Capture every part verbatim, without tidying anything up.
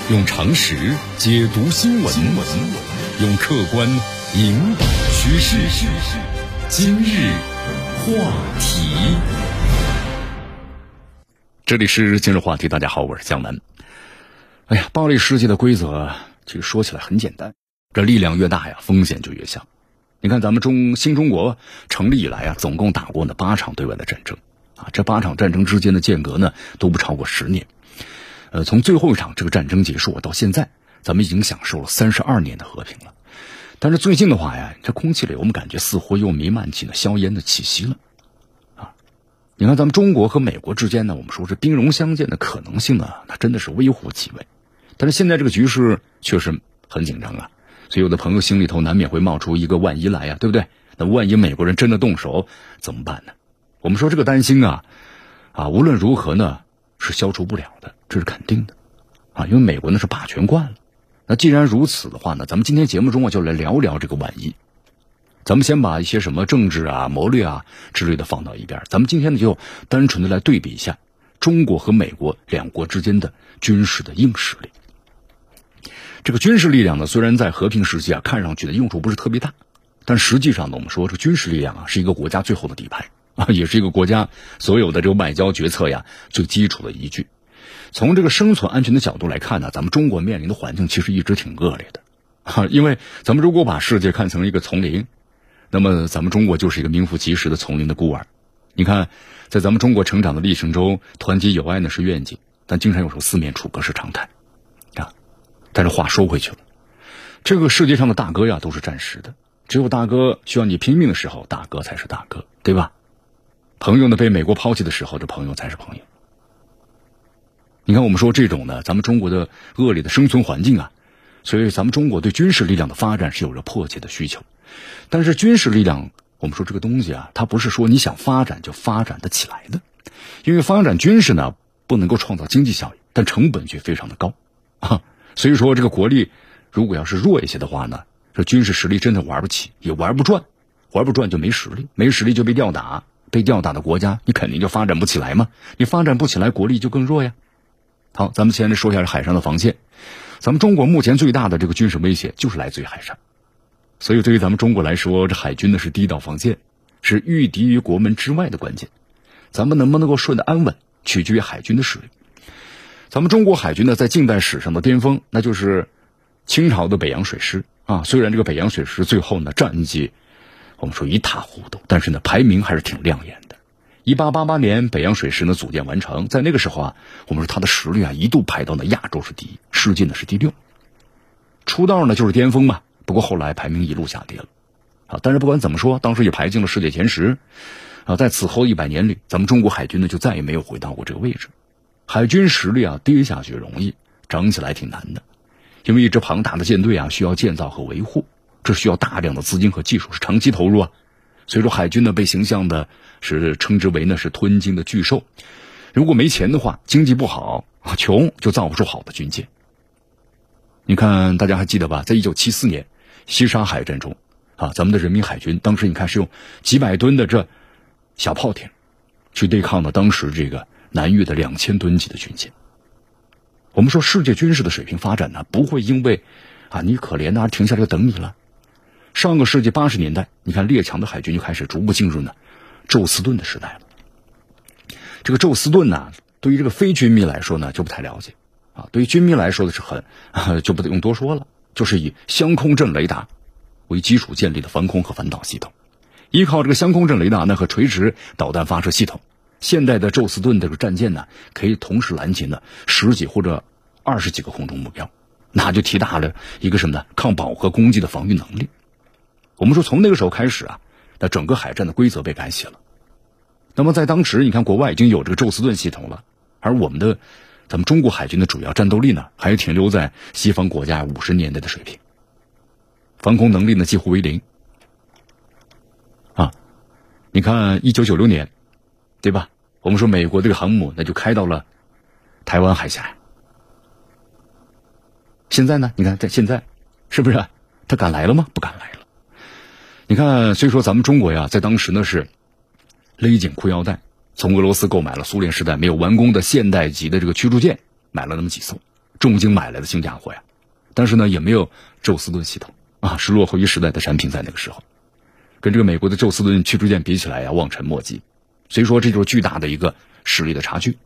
用常识解读新闻，用客观引导趋势。今日话题，这里是今日话题。大家好，我是江南。哎呀，暴力世界的规则其实说起来很简单，这力量越大呀，风险就越小。你看咱们中新中国成立以来啊，总共打过呢八场对外的战争啊，这八场战争之间的间隔呢都不超过十年。呃，从最后一场这个战争结束到现在，咱们已经享受了三十二年的和平了。但是最近的话呀，这空气里我们感觉似乎又弥漫起了硝烟的气息了啊！你看咱们中国和美国之间呢，我们说是兵戎相见的可能性呢，那真的是微乎其微。但是现在这个局势确实很紧张啊，所以有的朋友心里头难免会冒出一个万一来呀，对不对？那万一美国人真的动手怎么办呢？我们说这个担心啊，啊，无论如何呢，是消除不了的，这是肯定的啊，因为美国呢是霸权惯了。那既然如此的话呢，咱们今天节目中啊就来聊聊这个万一。咱们先把一些什么政治啊、谋略啊之类的放到一边，咱们今天呢就单纯的来对比一下中国和美国两国之间的军事的硬实力。这个军事力量呢，虽然在和平时期啊看上去的用处不是特别大，但实际上呢，我们说这个军事力量啊是一个国家最后的底牌啊，也是一个国家所有的这个外交决策呀最基础的依据。从这个生存安全的角度来看呢，咱们中国面临的环境其实一直挺恶劣的啊，因为咱们如果把世界看成一个丛林，那么咱们中国就是一个名副其实的丛林的孤儿。你看，在咱们中国成长的历程中，团结友爱呢是愿景，但经常有时候四面楚歌是常态啊。但是话说回去了，这个世界上的大哥呀都是暂时的，只有大哥需要你拼命的时候，大哥才是大哥，对吧？朋友呢被美国抛弃的时候，这朋友才是朋友。你看我们说这种呢，咱们中国的恶劣的生存环境啊，所以咱们中国对军事力量的发展是有着迫切的需求。但是军事力量，我们说这个东西啊，它不是说你想发展就发展得起来的，因为发展军事呢不能够创造经济效益，但成本却非常的高啊。所以说这个国力如果要是弱一些的话呢，这军事实力真的玩不起，也玩不转，玩不转就没实力，没实力就被吊打，被吊打的国家你肯定就发展不起来嘛，你发展不起来，国力就更弱呀。好，咱们先来说一下海上的防线。咱们中国目前最大的这个军事威胁就是来自于海上，所以对于咱们中国来说，这海军呢是第一道防线，是御敌于国门之外的关键。咱们能不能够顺得安稳，取决于海军的实力。咱们中国海军呢，在近代史上的巅峰，那就是清朝的北洋水师啊。虽然这个北洋水师最后呢战绩我们说一塌糊涂，但是呢排名还是挺亮眼的。一八八八年，北洋水师呢组建完成，在那个时候啊，我们说它的实力啊一度排到了亚洲是第一，世界呢是第六。出道呢就是巅峰嘛，不过后来排名一路下跌了啊。但是不管怎么说，当时也排进了世界前十啊。在此后一百年里，咱们中国海军呢就再也没有回到过这个位置。海军实力啊跌下去容易，涨起来挺难的，因为一支庞大的舰队啊需要建造和维护，这需要大量的资金和技术，是长期投入啊。所以说海军呢被形象的是称之为呢是吞金的巨兽，如果没钱的话，经济不好，穷就造不出好的军舰。你看大家还记得吧，在一九七四年西沙海战中啊，咱们的人民海军当时你看是用几百吨的这小炮艇去对抗了当时这个南越的两千吨级的军舰。我们说世界军事的水平发展呢，不会因为啊你可怜啊停下来就等你了。上个世纪八十年代，你看列强的海军就开始逐步进入呢宙斯盾的时代了。这个宙斯盾呢，对于这个非军迷来说呢就不太了解啊，对于军迷来说的是很、啊、就不用多说了，就是以相空阵雷达为基础建立的防空和反导系统。依靠这个相空阵雷达呢和垂直导弹发射系统，现代的宙斯盾这个战舰呢可以同时拦截呢十几或者二十几个空中目标，那就提大了一个什么呢？抗饱和攻击的防御能力。我们说从那个时候开始啊，那整个海战的规则被改写了。那么在当时你看国外已经有这个宙斯盾系统了，而我们的咱们中国海军的主要战斗力呢还停留在西方国家五十年代的水平，防空能力呢几乎为零啊。你看一九九六年对吧，我们说美国这个航母那就开到了台湾海峡，现在呢你看在现在是不是他敢来了吗？不敢来了。你看虽说咱们中国呀在当时呢是勒紧裤腰带，从俄罗斯购买了苏联时代没有完工的现代级的这个驱逐舰，买了那么几艘， 重金买来的新家伙呀。但是呢，也没有宙斯盾系统啊，是落后于时代的产品，在那个时候，跟这个美国的宙斯盾驱逐舰比起来呀，望尘莫及。所以说，这就是巨大的一个实力的差距。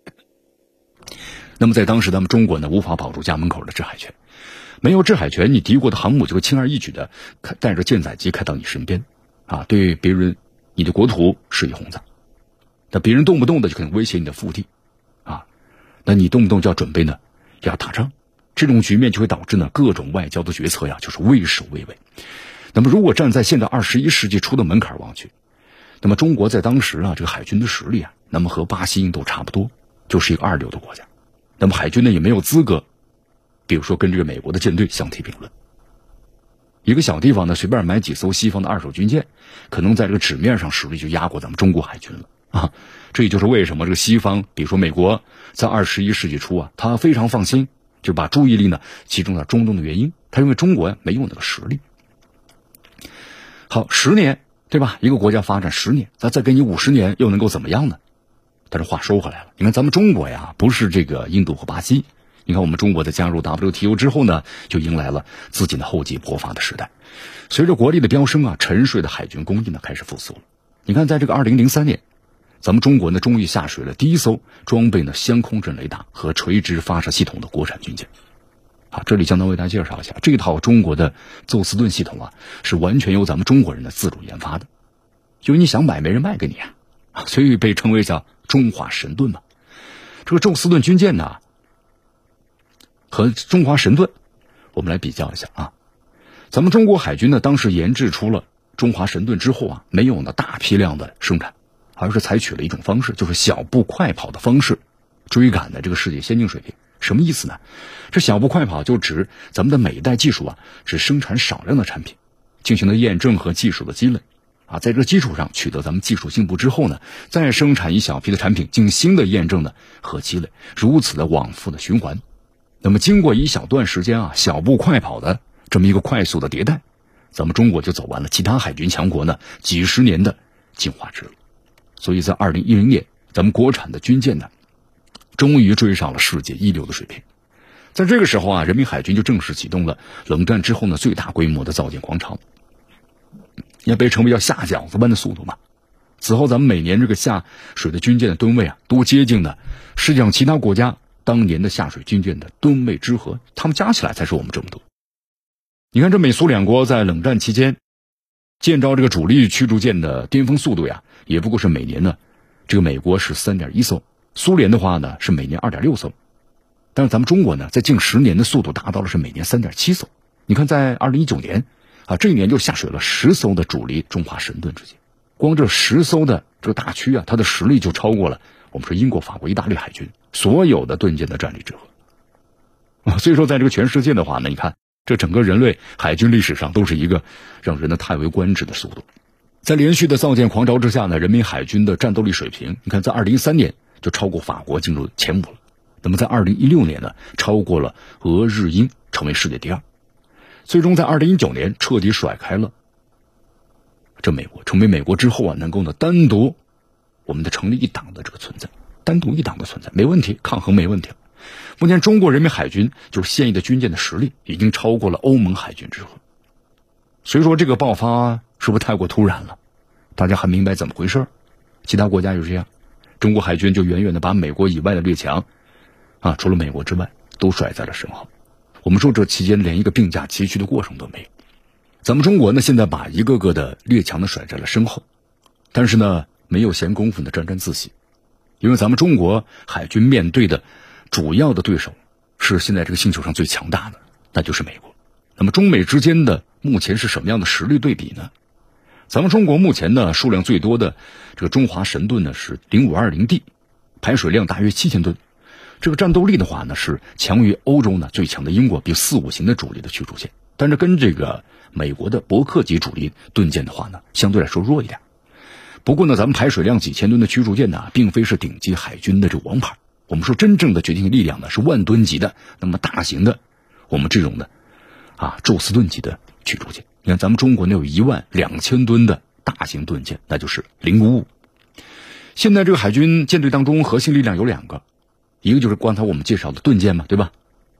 那么在当时，咱们中国呢，无法保住家门口的制海权，没有制海权，你敌国的航母就会轻而易举的带着舰载机开到你身边，啊，对别人你的国土施以轰炸。那别人动不动的就可能威胁你的腹地，啊，那你动不动就要准备呢，要打仗。这种局面就会导致呢，各种外交的决策呀，就是畏首畏尾。那么如果站在现在二十一世纪初的门槛望去，那么中国在当时啊，这个海军的实力啊，那么和巴西、印度差不多，就是一个二流的国家。那么海军呢，也没有资格，比如说跟这个美国的舰队相提并论。一个小地方呢，随便买几艘西方的二手军舰，可能在这个纸面上实力就压过咱们中国海军了啊。这也就是为什么这个西方，比如说美国，在二十一世纪初啊，他非常放心，就把注意力呢集中在中东的原因，他认为中国呀没有那个实力。好，十年对吧？一个国家发展十年，咱再给你五十年，又能够怎么样呢？但是话说回来了，你看咱们中国呀，不是这个印度和巴西。你看我们中国在加入 W T O 之后呢，就迎来了自己的厚积薄发的时代。随着国力的飙升啊，沉睡的海军工艺呢开始复苏了。你看，在这个二零零三年，咱们中国呢终于下水了第一艘装备呢相空阵雷达和垂直发射系统的国产军舰。啊，这里江南为大家介绍一下，这套中国的宙斯盾系统啊，是完全由咱们中国人的自主研发的，因为你想买没人卖给你啊，所以被称为叫中华神盾嘛。这个宙斯盾军舰呢，和中华神盾，我们来比较一下啊。咱们中国海军呢，当时研制出了中华神盾之后啊，没有呢大批量的生产，而是采取了一种方式，就是小步快跑的方式，追赶的这个世界先进水平。什么意思呢？这小步快跑就指咱们的每一代技术啊，只生产少量的产品，进行了验证和技术的积累啊，在这个基础上取得咱们技术进步之后呢，再生产一小批的产品，进行新的验证呢和积累，如此的往复的循环。那么经过一小段时间啊，小步快跑的这么一个快速的迭代，咱们中国就走完了其他海军强国呢几十年的进化之路。所以在二零一零年，咱们国产的军舰呢，终于追上了世界一流的水平。在这个时候啊，人民海军就正式启动了冷战之后呢最大规模的造舰狂潮，也被称为叫下饺子般的速度嘛。此后咱们每年这个下水的军舰的吨位啊，都接近了世界上其他国家当年的下水军舰的吨位之和，他们加起来才是我们这么多。你看这美苏两国在冷战期间建造这个主力驱逐舰的巅峰速度呀，也不过是每年呢，这个美国是 三点一 艘，苏联的话呢是每年 二点六 艘，但是咱们中国呢在近十年的速度达到了是每年 三点七 艘。你看在二零一九年啊，这一年就下水了十艘的主力中华神盾之舰，光这十艘的这个大驱啊，它的实力就超过了我们说英国、法国、意大利海军所有的盾舰的战力之和啊。所以说在这个全世界的话呢，你看这整个人类海军历史上都是一个让人呢叹为观止的速度。在连续的造舰狂潮之下呢，人民海军的战斗力水平，你看在二零一三年就超过法国进入前五了，那么在二零一六年呢，超过了俄日英，成为世界第二。最终在二零一九年彻底甩开了这美国，成为美国之后啊，能够呢单独我们的成立一党的这个存在，单独一党的存在没问题，抗衡没问题了。目前中国人民海军就是现役的军舰的实力已经超过了欧盟海军之和，所以说这个爆发是不是太过突然了？大家还明白怎么回事？其他国家也是这样，中国海军就远远的把美国以外的列强啊，除了美国之外都甩在了身后。我们说这期间连一个并驾齐驱的过程都没有。咱们中国呢现在把一个个的列强呢甩在了身后，但是呢没有闲工夫呢沾沾自喜，因为咱们中国海军面对的主要的对手是现在这个星球上最强大的，那就是美国。那么中美之间的目前是什么样的实力对比呢？咱们中国目前呢数量最多的这个中华神盾呢是 零五二零 D， 排水量大约七千吨，这个战斗力的话呢是强于欧洲呢最强的英国 B 四五 型的主力的驱逐舰，但是跟这个美国的伯克级主力盾舰的话呢相对来说弱一点。不过呢咱们排水量几千吨的驱逐舰呢并非是顶级海军的这个王牌，我们说真正的决定性力量呢是万吨级的那么大型的我们这种的啊宙斯盾级的驱逐舰。你看咱们中国呢有一万两千吨的大型盾舰，那就是零五五。现在这个海军舰队当中核心力量有两个，一个就是刚才我们介绍的盾舰嘛，对吧？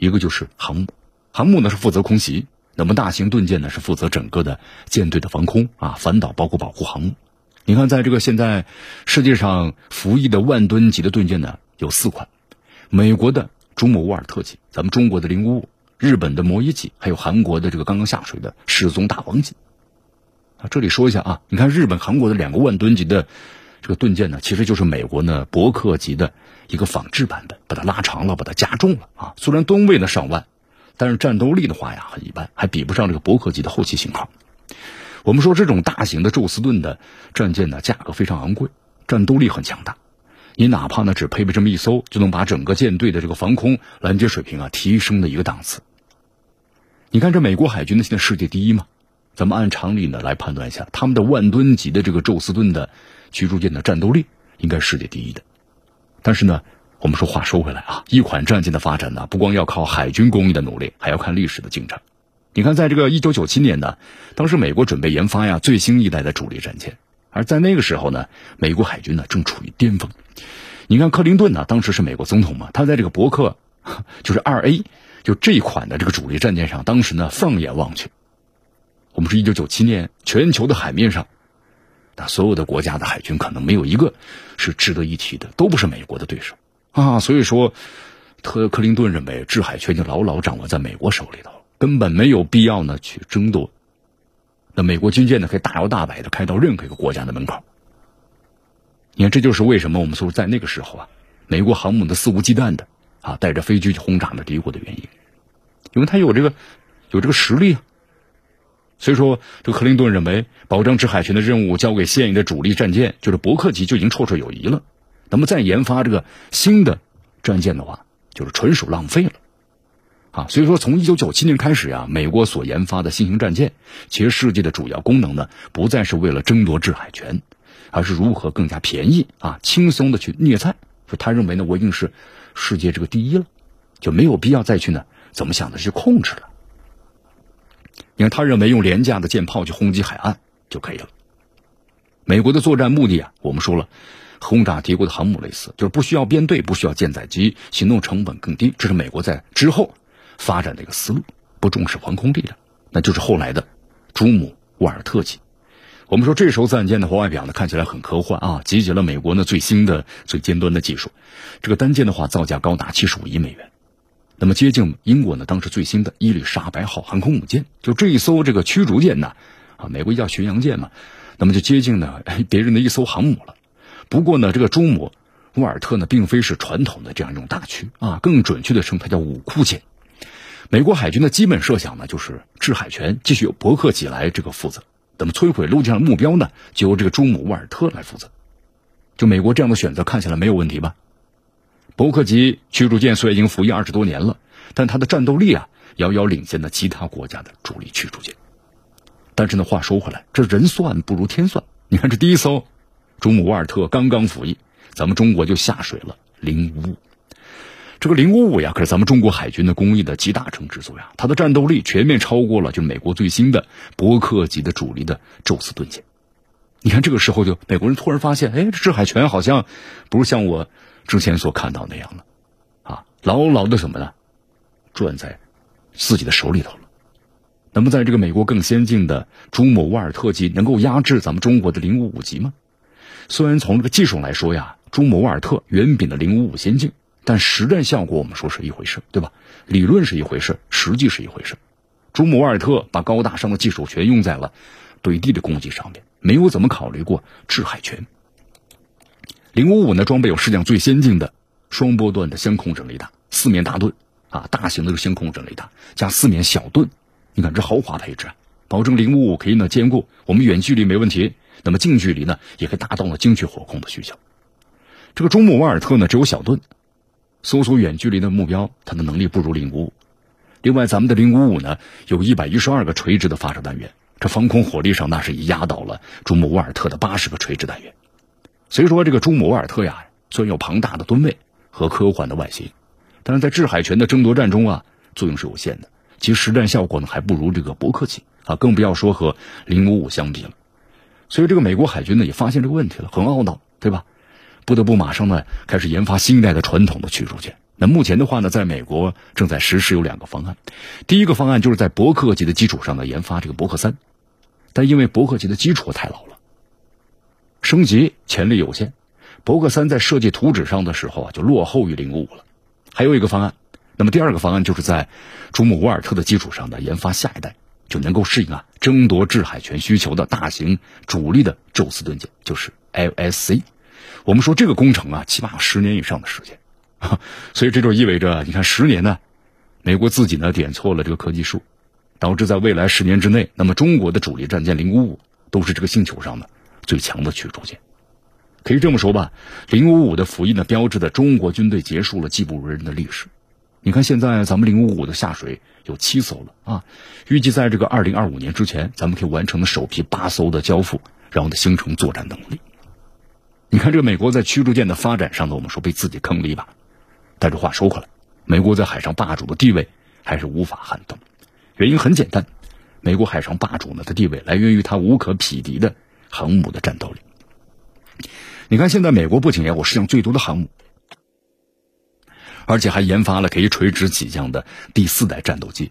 一个就是航母，航母呢是负责空袭，那么大型盾舰呢是负责整个的舰队的防空啊、反导，包括保护航母。你看，在这个现在世界上服役的万吨级的盾舰呢有四款，美国的朱姆沃尔特级，咱们中国的零五五，日本的摩伊级，还有韩国的这个刚刚下水的世宗大王级。啊，这里说一下啊，你看日本、韩国的两个万吨级的这个盾舰呢，其实就是美国呢伯克级的一个仿制版本，把它拉长了，把它加重了啊。虽然吨位呢上万，但是战斗力的话呀很一般，还比不上这个伯克级的后期型号。我们说这种大型的宙斯盾的战舰呢，价格非常昂贵，战斗力很强大。你哪怕呢只配备这么一艘，就能把整个舰队的这个防空拦截水平啊提升的一个档次。你看这美国海军呢现在世界第一嘛，咱们按常理呢来判断一下，他们的万吨级的这个宙斯盾的驱逐舰的战斗力应该是世界第一的。但是呢，我们说话说回来啊，一款战舰的发展呢，不光要靠海军工艺的努力，还要看历史的进程。你看，在这个一九九七年呢，当时美国准备研发呀最新一代的主力战舰，而在那个时候呢，美国海军呢正处于巅峰。你看克林顿呢，当时是美国总统嘛，他在这个伯克就是 二 A 就这一款的这个主力战舰上，当时呢放眼望去，我们是一九九七年全球的海面上，那所有的国家的海军可能没有一个是值得一提的，都不是美国的对手啊。所以说，特克林顿认为制海权就牢牢掌握在美国手里头，根本没有必要呢去争夺。那美国军舰呢可以大摇大摆的开到任何一个国家的门口。你看，这就是为什么我们说在那个时候啊，美国航母的肆无忌惮的啊带着飞机去轰炸了敌国的原因，因为他有这个有这个实力啊。所以说，这个克林顿认为保障制海权的任务交给现役的主力战舰，就是伯克级就已经绰绰有余了。那么再研发这个新的战舰的话，就是纯属浪费了。啊，所以说从一九九七年开始呀，美国所研发的新型战舰，其实设计的主要功能呢，不再是为了争夺制海权，而是如何更加便宜啊、轻松的去虐菜。就他认为呢，我已经是世界这个第一了，就没有必要再去呢怎么想的去控制了。你看，他认为用廉价的舰炮去轰击海岸就可以了。美国的作战目的啊，我们说了，轰炸敌国的航母类似，就是不需要编队，不需要舰载机，行动成本更低。这是美国在之后发展的一个思路，不重视防空力量，那就是后来的朱姆沃尔特级。我们说这艘战舰的话，外表呢看起来很科幻啊，集结了美国呢最新的最尖端的技术。这个单舰的话造价高达七十五亿美元，那么接近英国呢当时最新的伊丽莎白号航空母舰。就这一艘这个驱逐舰呢，啊，美国叫巡洋舰嘛，那么就接近呢别人的一艘航母了。不过呢，这个朱姆沃尔特呢并非是传统的这样一种大驱啊，更准确的称它叫五库舰。美国海军的基本设想呢，就是制海权继续由伯克级来这个负责，那么摧毁陆地上的目标呢，就由这个朱姆沃尔特来负责。就美国这样的选择看起来没有问题吧？伯克级驱逐舰虽然已经服役二十多年了，但它的战斗力啊，遥遥领先了其他国家的主力驱逐舰。但是呢，话说回来，这人算不如天算。你看这第一艘朱姆沃尔特刚刚服役，咱们中国就下水了零五五。这个零五五呀，可是咱们中国海军的工艺的集大成之作呀，它的战斗力全面超过了就是美国最新的伯克级的主力的宙斯盾舰。你看这个时候，就美国人突然发现，哎，这制海权好像不是像我之前所看到那样了啊，牢牢的什么呢，攥在自己的手里头了。那么在这个美国更先进的朱姆沃尔特级能够压制咱们中国的零五五级吗？虽然从这个技术来说呀，朱姆沃尔特远比的零五五先进，但实战效果我们说是一回事，对吧？理论是一回事，实际是一回事。朱姆沃尔特把高大上的技术全用在了对地的攻击上面，没有怎么考虑过制海权。零五五呢，装备有世界上最先进的双波段的相控阵雷达，四面大盾啊，大型的这个相控阵雷达加四面小盾，你看这豪华配置啊，保证零五五可以呢兼顾我们远距离没问题，那么近距离呢也可以达到了精确火控的需求。这个朱姆沃尔特呢只有小盾，搜索远距离的目标，它的能力不如零五五。另外，咱们的零五五呢有一百一十二个垂直的发射单元，这防空火力上那是压倒了朱姆沃尔特的八十个垂直单元。所以说，这个朱姆沃尔特呀，虽然有庞大的吨位和科幻的外形，但是在制海权的争夺战中啊，作用是有限的。其实实战效果呢还不如这个伯克级啊，更不要说和零五五相比了。所以这个美国海军呢也发现这个问题了，很懊恼，对吧？不得不马上呢开始研发新一代的传统的驱逐舰那目前的话呢，在美国正在实施有两个方案。第一个方案就是在伯克级的基础上呢研发这个伯克三，但因为伯克级的基础太老了，升级潜力有限，伯克三在设计图纸上的时候啊就落后于零五五了。还有一个方案，那么第二个方案就是在朱姆沃尔特的基础上呢研发下一代就能够适应啊争夺制海权需求的大型主力的宙斯盾舰，就是 L S C。 我们说这个工程啊起码有十年以上的时间，所以这就意味着你看十年呢，美国自己呢点错了这个科技树，导致在未来十年之内，那么中国的主力战舰零五五都是这个星球上的最强的驱逐舰。可以这么说吧，零五五的服役呢标志着中国军队结束了技不如人的历史。你看现在咱们零五五的下水有七艘了啊，预计在这个二零二五年之前，咱们可以完成的首批八艘的交付，然后呢形成作战能力。你看这个美国在驱逐舰的发展上呢，我们说被自己坑了一把，但是话说回来，美国在海上霸主的地位还是无法撼动。原因很简单，美国海上霸主呢的地位来源于它无可匹敌的航母的战斗力。你看现在美国不仅有世界上最多的航母，而且还研发了可以垂直起降的第四代战斗机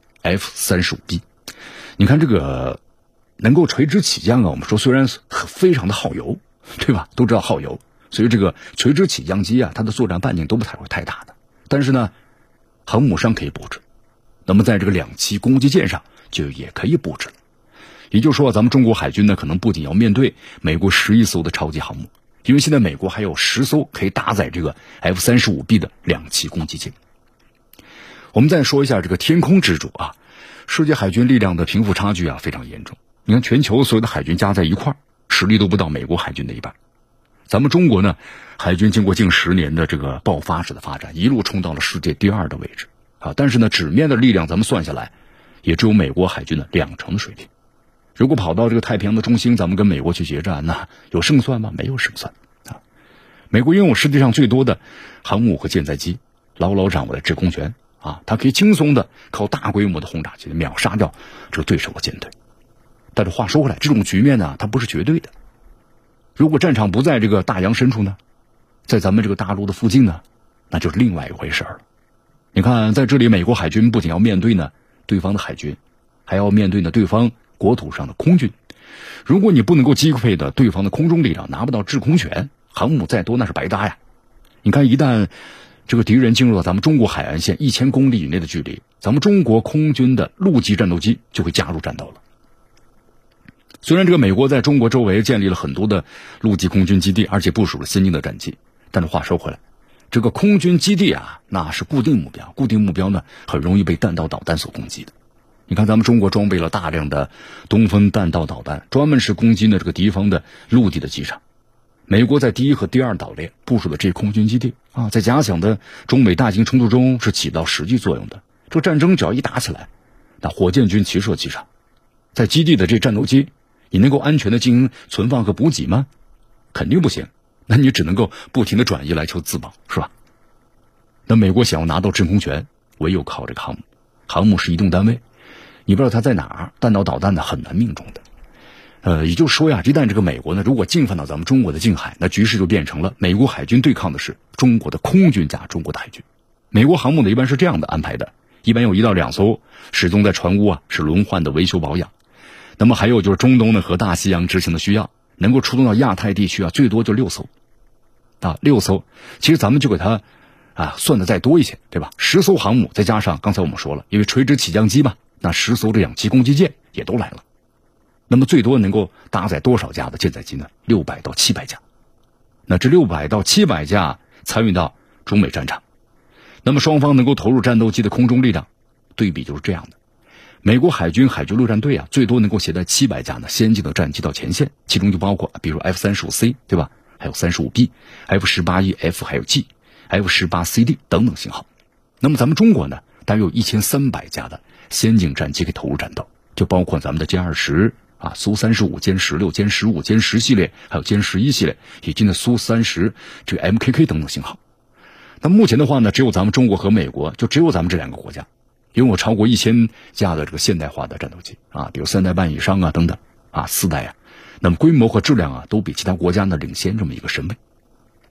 F 三十五 B。 你看这个能够垂直起降啊，我们说虽然非常的耗油，对吧？都知道耗油，所以这个垂直起降机啊，它的作战半径都不太会太大的。但是呢，航母上可以布置，那么在这个两栖攻击舰上就也可以布置了。也就是说，咱们中国海军呢，可能不仅要面对美国十一艘的超级航母，因为现在美国还有十艘可以搭载这个 F 三十五 B 的两栖攻击舰。我们再说一下这个天空之主啊，世界海军力量的贫富差距啊非常严重。你看全球所有的海军加在一块儿，实力都不到美国海军的一半。咱们中国呢，海军经过近十年的这个爆发式的发展，一路冲到了世界第二的位置啊。但是呢，纸面的力量咱们算下来，也只有美国海军的两成的水平。如果跑到这个太平洋的中心，咱们跟美国去决战，那有胜算吗？没有胜算啊！美国拥有世界上最多的航母和舰载机，牢牢掌握了制空权啊，它可以轻松的靠大规模的轰炸机秒杀掉这个对手的舰队。但是话说回来，这种局面呢，它不是绝对的。如果战场不在这个大洋深处呢，在咱们这个大陆的附近呢，那就是另外一回事了。你看，在这里，美国海军不仅要面对呢对方的海军，还要面对呢对方国土上的空军。如果你不能够击溃的对方的空中力量，拿不到制空权，航母再多那是白搭呀。你看，一旦这个敌人进入到咱们中国海岸线一千公里以内的距离，咱们中国空军的陆基战斗机就会加入战斗了。虽然这个美国在中国周围建立了很多的陆基空军基地，而且部署了先进的战机，但是话说回来，这个空军基地啊，那是固定目标，固定目标呢很容易被弹道导弹所攻击的。你看咱们中国装备了大量的东风弹道导弹，专门是攻击呢这个敌方的陆地的机场。美国在第一和第二岛链部署的这空军基地啊，在假想的中美大型冲突中是起到实际作用的。这个战争只要一打起来，那火箭军齐射机场，在基地的这战斗机，你能够安全的进行存放和补给吗？肯定不行，那你只能够不停的转移来求自保，是吧？那美国想要拿到制空权，唯有靠这个航母。航母是移动单位，你不知道它在哪儿，弹道导弹呢很难命中的。呃，也就是说呀，一旦这个美国呢如果进犯到咱们中国的近海，那局势就变成了美国海军对抗的是中国的空军加中国的海军。美国航母呢一般是这样的安排的，一般有一到两艘始终在船坞啊是轮换的维修保养。那么还有就是中东呢和大西洋执行的需要，能够出动到亚太地区啊最多就六艘啊六艘。其实咱们就给它啊算的再多一些，对吧？十艘航母再加上刚才我们说了，因为垂直起降机嘛，那十艘这两栖攻击舰也都来了。那么最多能够搭载多少架的舰载机呢？六百到七百架。那这六百到七百架参与到中美战场，那么双方能够投入战斗机的空中力量对比就是这样的。美国海军海军陆战队啊，最多能够携带七百架呢先进的战机到前线，其中就包括比如 F 三十五 C 对吧？还有 三十五 B、F 十八 E F 还有 G、F 十八 C D 等等型号。那么咱们中国呢，大约有一千三百架的先进战机可以投入战斗，就包括咱们的歼二十啊、苏三十五、歼十六、歼十五、歼十系列，还有歼十一系列，以及呢苏三十、这个 M K K 等等型号。那目前的话呢，只有咱们中国和美国，就只有咱们这两个国家拥有超过一千架的这个现代化的战斗机啊，比如三代半以上啊等等啊，四代啊，那么规模和质量啊都比其他国家呢领先这么一个身位。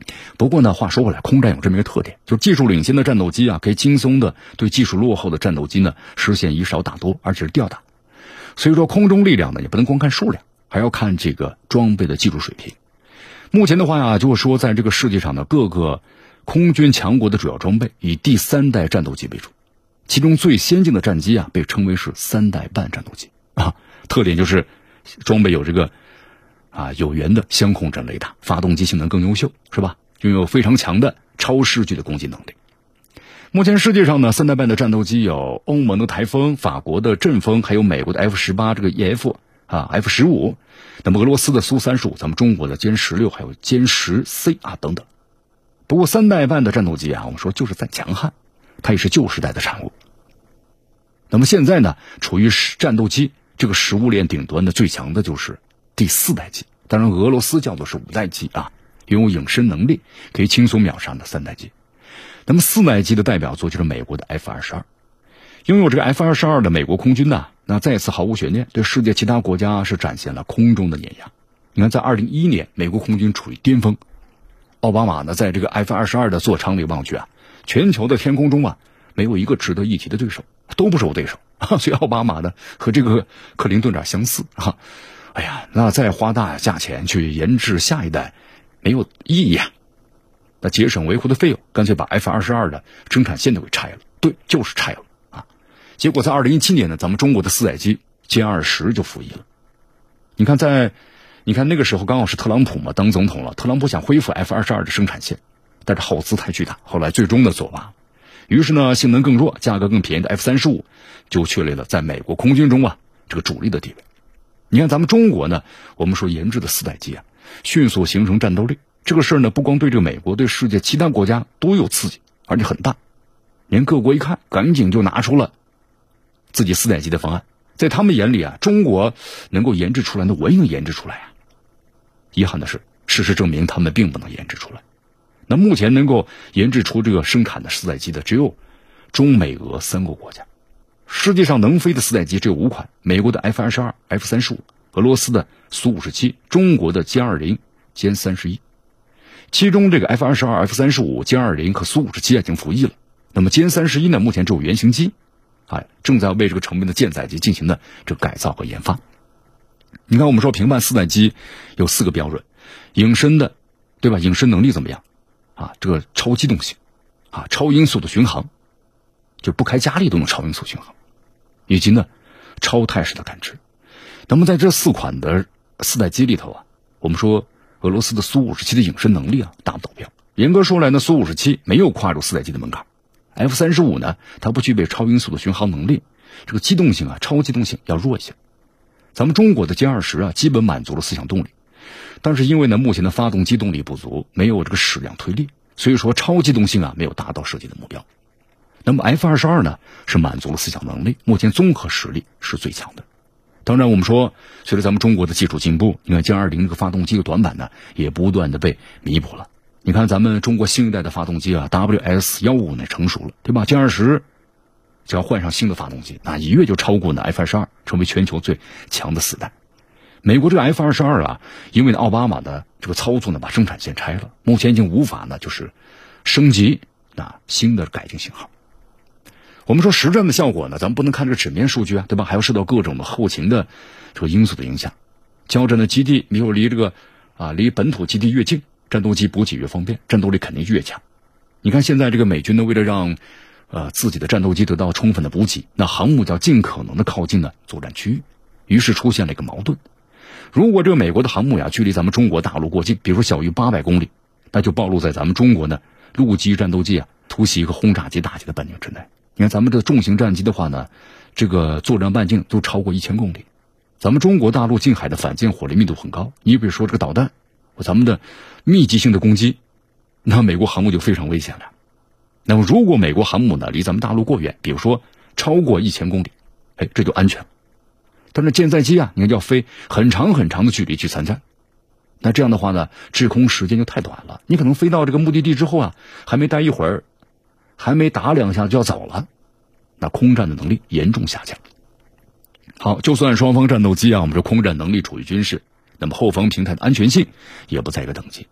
不过呢，话说回来，空战有这么一个特点，就是技术领先的战斗机啊，可以轻松的对技术落后的战斗机呢实现以少打多，而且是吊打。所以说，空中力量呢也不能光看数量，还要看这个装备的技术水平。目前的话呀，就是说在这个世界上的各个空军强国的主要装备以第三代战斗机为主，其中最先进的战机啊被称为是三代半战斗机啊，特点就是装备有这个啊有源的相控阵雷达，发动机性能更优秀，是吧？拥有非常强的超视距的攻击能力。目前世界上呢，三代半的战斗机有欧盟的台风、法国的阵风，还有美国的 F 十八 这个 E F 啊 F 十五，那么俄罗斯的苏三十五，咱们中国的歼十六，还有歼十 C 啊等等。不过三代半的战斗机啊，我们说就是在强悍，它也是旧时代的产物。那么现在呢，处于战斗机这个食物链顶端的最强的就是第四代机，当然俄罗斯叫做是五代机啊，拥有隐身能力，可以轻松秒杀的三代机。那么四代机的代表作就是美国的 F 二十二，拥有这个 F 二十二的美国空军呢，那再次毫无悬念，对世界其他国家是展现了空中的碾压。你看，在二零一一年，美国空军处于巅峰，奥巴马呢，在这个 F 二十二的座舱里望去啊，全球的天空中啊，没有一个值得一提的对手，都不是我对手。所以奥巴马呢，和这个克林顿有点相似啊。哎呀，那再花大价钱去研制下一代，没有意义啊。那节省维护的费用，干脆把 F 二十二的生产线都给拆了。对，就是拆了啊。结果在二零一七年呢，咱们中国的四代机歼二十就服役了。你看在，你看那个时候刚好是特朗普嘛，当总统了，特朗普想恢复 F 二十二的生产线，但是耗资太巨大，后来最终的作罢。于是呢，性能更弱、价格更便宜的 F 三十五就确立了在美国空军中啊这个主力的地位。你看咱们中国呢，我们说研制的四代机啊，迅速形成战斗力。这个事儿呢，不光对这个美国，对世界其他国家都有刺激，而且很大。连各国一看，赶紧就拿出了自己四代机的方案。在他们眼里啊，中国能够研制出来，那我也能研制出来啊。遗憾的是，事实证明他们并不能研制出来。那目前能够研制出这个生产的四代机的，只有中美俄三个国家。世界上能飞的四代机只有五款：美国的 F 二十二、F 三十五，俄罗斯的苏五十七，中国的歼二零、歼三十一。其中这个 F 二十二、F 三十五、歼二零和苏五十七已经服役了。那么歼三十一呢，目前只有原型机，啊，正在为这个成名的舰载机进行的这个改造和研发。你看，我们说评判四代机有四个标准：隐身的，对吧？隐身能力怎么样？啊，这个超机动性，啊，超音速的巡航，就不开加力都能超音速巡航，以及呢，超态势的感知。那么在这四款的四代机里头啊，我们说俄罗斯的苏五十七的隐身能力啊达不到标。严格说来呢，苏五十七没有跨入四代机的门槛。F 三十五呢，它不具备超音速的巡航能力，这个机动性啊，超机动性要弱一些。咱们中国的歼二十啊，基本满足了四项动力，但是因为呢，目前的发动机动力不足，没有这个矢量推力，所以说超机动性啊没有达到设计的目标。那么 F 二十二呢，是满足了四项能力，目前综合实力是最强的。当然我们说，随着咱们中国的技术进步，你看歼二零这个发动机的短板呢，也不断的被弥补了。你看咱们中国新一代的发动机啊 W S 一五五 呢成熟了，对吧？歼二十只要换上新的发动机，那一跃就超过呢 F 二十二，成为全球最强的四代。美国这个 F 二十二啊，因为呢奥巴马的这个操作呢，把生产线拆了，目前已经无法呢就是升级那新的改进型号。我们说实战的效果呢，咱们不能看这个纸面数据啊，对吧？还要受到各种的后勤的这个因素的影响。交战的基地，比如离这个啊离本土基地越近，战斗机补给越方便，战斗力肯定越强。你看现在这个美军呢，为了让呃自己的战斗机得到充分的补给，那航母要尽可能的靠近呢作战区域，于是出现了一个矛盾。如果这个美国的航母呀距离咱们中国大陆过近，比如说小于八百公里，那就暴露在咱们中国呢陆基战斗机啊突袭一个轰炸机大机的半径之内。你看咱们的重型战机的话呢，这个作战半径都超过一千公里。咱们中国大陆近海的反舰火力密度很高，你比如说这个导弹，咱们的密集性的攻击，那美国航母就非常危险了。那么如果美国航母呢离咱们大陆过远，比如说超过一千公里，哎，这就安全了。但是舰载机啊，你看要飞很长很长的距离去参战，那这样的话呢，制空时间就太短了。你可能飞到这个目的地之后啊，还没待一会儿，还没打两下就要走了，那空战的能力严重下降。好，就算双方战斗机啊，我们说空战能力处于均势，那么后方平台的安全性也不在一个等级。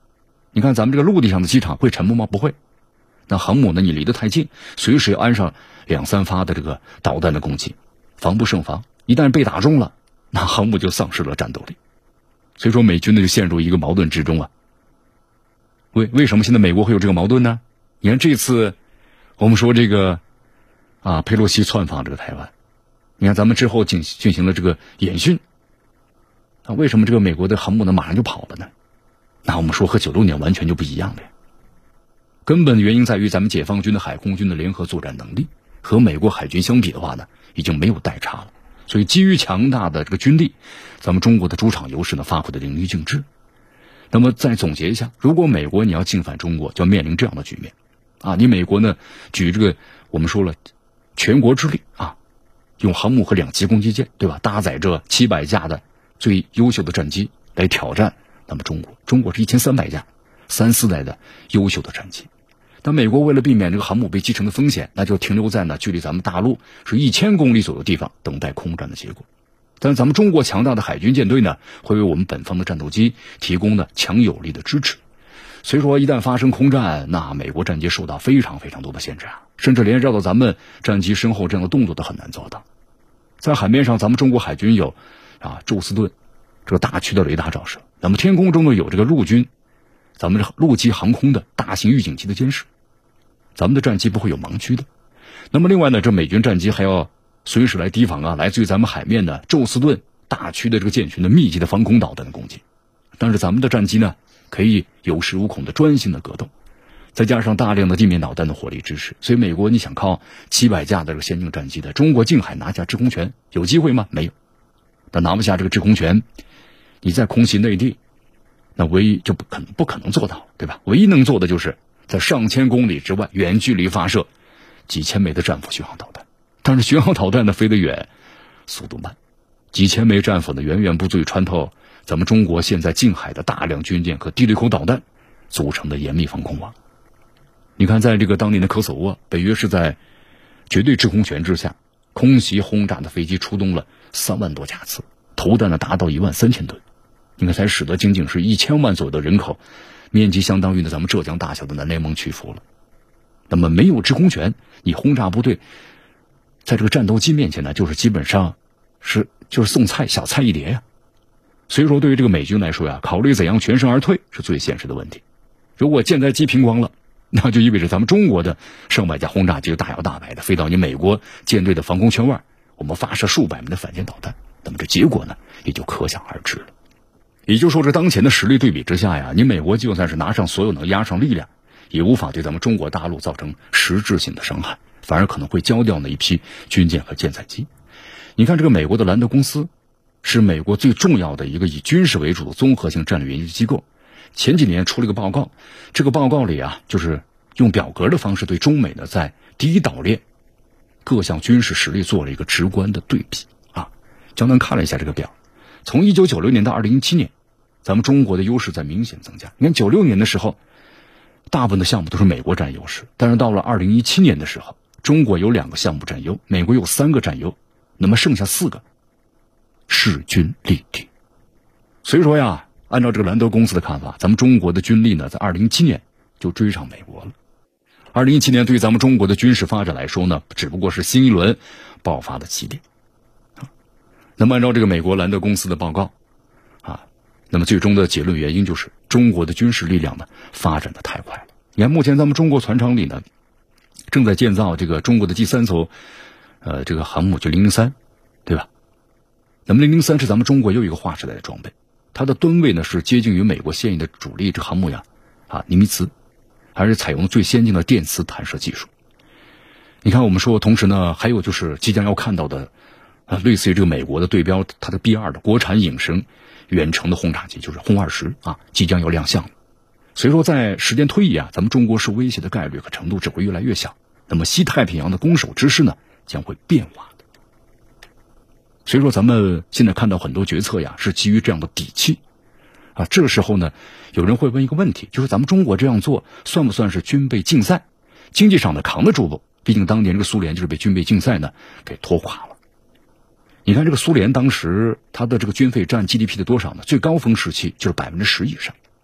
你看咱们这个陆地上的机场会沉没吗？不会。那航母呢，你离得太近，随时安上两三发的这个导弹的攻击，防不胜防。一旦被打中了，那航母就丧失了战斗力。所以说美军呢就陷入一个矛盾之中啊。为为什么现在美国会有这个矛盾呢？你看这次我们说这个啊佩洛西窜访这个台湾，你看咱们之后进进行了这个演训，那为什么这个美国的航母呢马上就跑了呢？那我们说和九六年完全就不一样了呀。根本的原因在于咱们解放军的海空军的联合作战能力和美国海军相比的话呢，已经没有代差了。所以基于强大的这个军力，咱们中国的主场优势呢发挥的淋漓尽致。那么再总结一下，如果美国你要进犯中国，就要面临这样的局面啊！你美国呢举这个我们说了全国之力啊，用航母和两栖攻击舰，对吧？搭载着七百架的最优秀的战机来挑战那么中国。中国是一千三百架，三四代的优秀的战机。那美国为了避免这个航母被击沉的风险，那就停留在呢距离咱们大陆是一千公里左右的地方，等待空战的结果。但咱们中国强大的海军舰队呢，会为我们本方的战斗机提供呢强有力的支持。所以说一旦发生空战，那美国战机受到非常非常多的限制啊，甚至连绕到咱们战机身后这样的动作都很难做到。在海面上，咱们中国海军有啊宙斯盾这个大区的雷达照射，那么天空中呢有这个陆军咱们这陆基航空的大型预警机的监视，咱们的战机不会有盲区的。那么另外呢，这美军战机还要随时来提防啊，来自于咱们海面的宙斯盾大区的这个舰群的密集的防空导弹的攻击。但是咱们的战机呢，可以有恃无恐的专心的格斗，再加上大量的地面导弹的火力支持，所以美国你想靠七百架的这个先进战机的中国近海拿下制空权，有机会吗？没有。但拿不下这个制空权，你在空袭内地，那唯一就不可能不可能做到，对吧？唯一能做的就是在上千公里之外远距离发射几千枚的战斧巡航导弹。但是巡航导弹呢飞得远，速度慢，几千枚战斧呢远远不足以穿透咱们中国现在近海的大量军舰和地对空导弹组成的严密防空网。你看在这个当年的科索沃，北约是在绝对制空权之下空袭轰炸的飞机出动了三万多架次，投弹呢达到一万三千吨，你看才使得仅仅是一千万左右的人口，面积相当于呢咱们浙江大小的南联盟屈服了。那么没有制空权，你轰炸部队在这个战斗机面前呢，就是基本上是就是送菜小菜一碟呀。所以说对于这个美军来说呀，考虑怎样全身而退是最现实的问题。如果舰载机平光了，那就意味着咱们中国的上百架轰炸机就大摇大摆的飞到你美国舰队的防空圈外，我们发射数百枚的反舰导弹，那么这结果呢也就可想而知了。也就是说这当前的实力对比之下呀，你美国就算是拿上所有能压上力量，也无法对咱们中国大陆造成实质性的伤害，反而可能会交掉那一批军舰和舰载机。你看这个美国的兰德公司是美国最重要的一个以军事为主的综合性战略研究机构，前几年出了一个报告，这个报告里啊就是用表格的方式对中美呢在第一岛链各项军事实力做了一个直观的对比啊。江南看了一下这个表，从一九九六年到二零一七年，咱们中国的优势在明显增加。你看九六年的时候大部分的项目都是美国占优势，但是到了二零一七年的时候，中国有两个项目占优，美国有三个占优，那么剩下四个势均力敌。所以说呀，按照这个兰德公司的看法，咱们中国的军力呢在二零一七年就追上美国了。二零一七年对于咱们中国的军事发展来说呢，只不过是新一轮爆发的起点。那么按照这个美国兰德公司的报告啊，那么最终的结论原因就是中国的军事力量呢发展的太快了。你看目前咱们中国船厂里呢正在建造这个中国的第三艘呃这个航母，就零零三，对吧？那么零零三是咱们中国又一个划时代的装备，它的吨位呢是接近于美国现役的主力这航母呀啊尼米兹，还是采用最先进的电磁弹射技术。你看我们说同时呢还有就是即将要看到的啊类似于这个美国的对标它的 B 二 的国产影神远程的轰炸机，就是轰二十啊即将要亮相。所以说在时间推移啊，咱们中国受威胁的概率和程度只会越来越小，那么西太平洋的攻守之势呢将会变化的。所以说咱们现在看到很多决策呀是基于这样的底气啊。这个时候呢有人会问一个问题，就是咱们中国这样做算不算是军备竞赛，经济上的扛得住不？毕竟当年这个苏联就是被军备竞赛呢给拖垮了。你看这个苏联当时它的这个军费占 G D P 的多少呢？最高峰时期就是百分之十以上。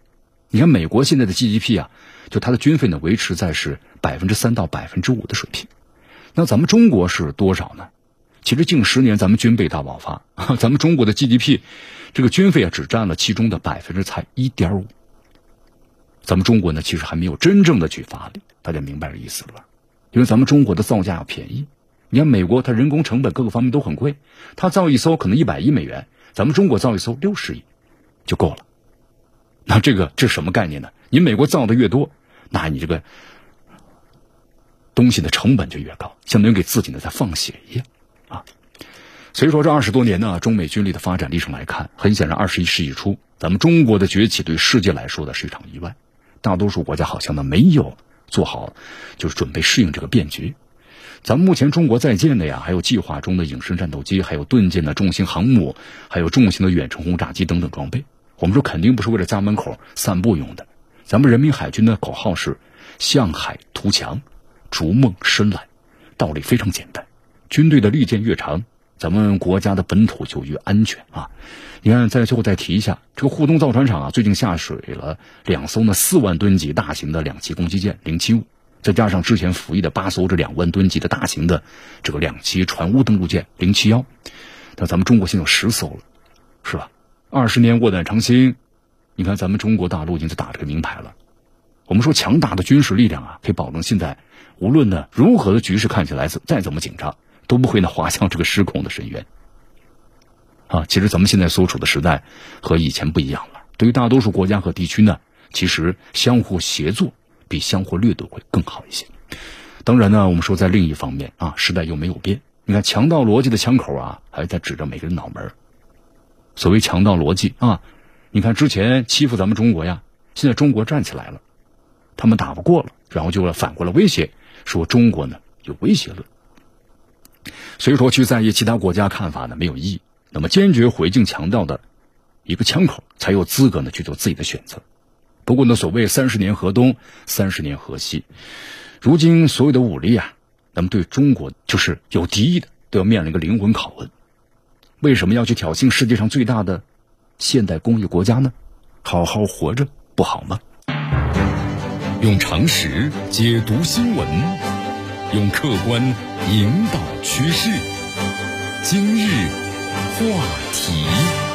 你看美国现在的 G D P 啊，就它的军费呢维持在是百分之三到百分之五的水平。那咱们中国是多少呢？其实近十年咱们军备大爆发，咱们中国的 G D P 这个军费啊只占了其中的百分之才一点五。咱们中国呢其实还没有真正的去发力，大家明白这意思了吧？因为咱们中国的造价要便宜。你看美国它人工成本各个方面都很贵，它造一艘可能一百亿美元，咱们中国造一艘六十亿就够了。那这个这是什么概念呢？你美国造的越多，那你这个东西的成本就越高，相当于给自己呢在放血一样啊。所以说这二十多年呢，中美军力的发展历程来看，很显然二十一世纪初咱们中国的崛起对世界来说的是一场意外，大多数国家好像呢没有做好就是准备适应这个变局。咱们目前中国在建的呀，还有计划中的隐身战斗机，还有盾舰的重型航母，还有重型的远程轰炸机等等装备，我们说肯定不是为了家门口散步用的。咱们人民海军的口号是向海图强，逐梦深蓝，道理非常简单，军队的利剑越长，咱们国家的本土就越安全啊。你看在最后再提一下，这个沪东造船厂啊最近下水了两艘呢四万吨级大型的两栖攻击舰零七五，再加上之前服役的八艘这两万吨级的大型的这个两栖船坞登陆舰零七幺，那咱们中国现在有十艘了，是吧？二十年卧胆长新，你看咱们中国大陆已经在打这个名牌了。我们说强大的军事力量啊，可以保证现在无论呢如何的局势看起来再怎么紧张，都不会呢滑向这个失控的深渊。啊，其实咱们现在所处的时代和以前不一样了。对于大多数国家和地区呢，其实相互协作比相互掠夺会更好一些。当然呢，我们说在另一方面啊，时代又没有变。你看强盗逻辑的枪口啊，还在指着每个人脑门。所谓强盗逻辑啊，你看之前欺负咱们中国呀，现在中国站起来了，他们打不过了，然后就反过来威胁，说中国呢有威胁论。所以说去在意其他国家看法呢没有意义，那么坚决回敬强盗的一个枪口，才有资格呢去做自己的选择。不过呢，所谓三十年河东，三十年河西，如今所有的武力啊，那么对中国就是有敌意的，都要面临一个灵魂拷问。为什么要去挑衅世界上最大的现代工业国家呢？好好活着不好吗？ 用常识解读新闻，用客观引导趋势。今日话题。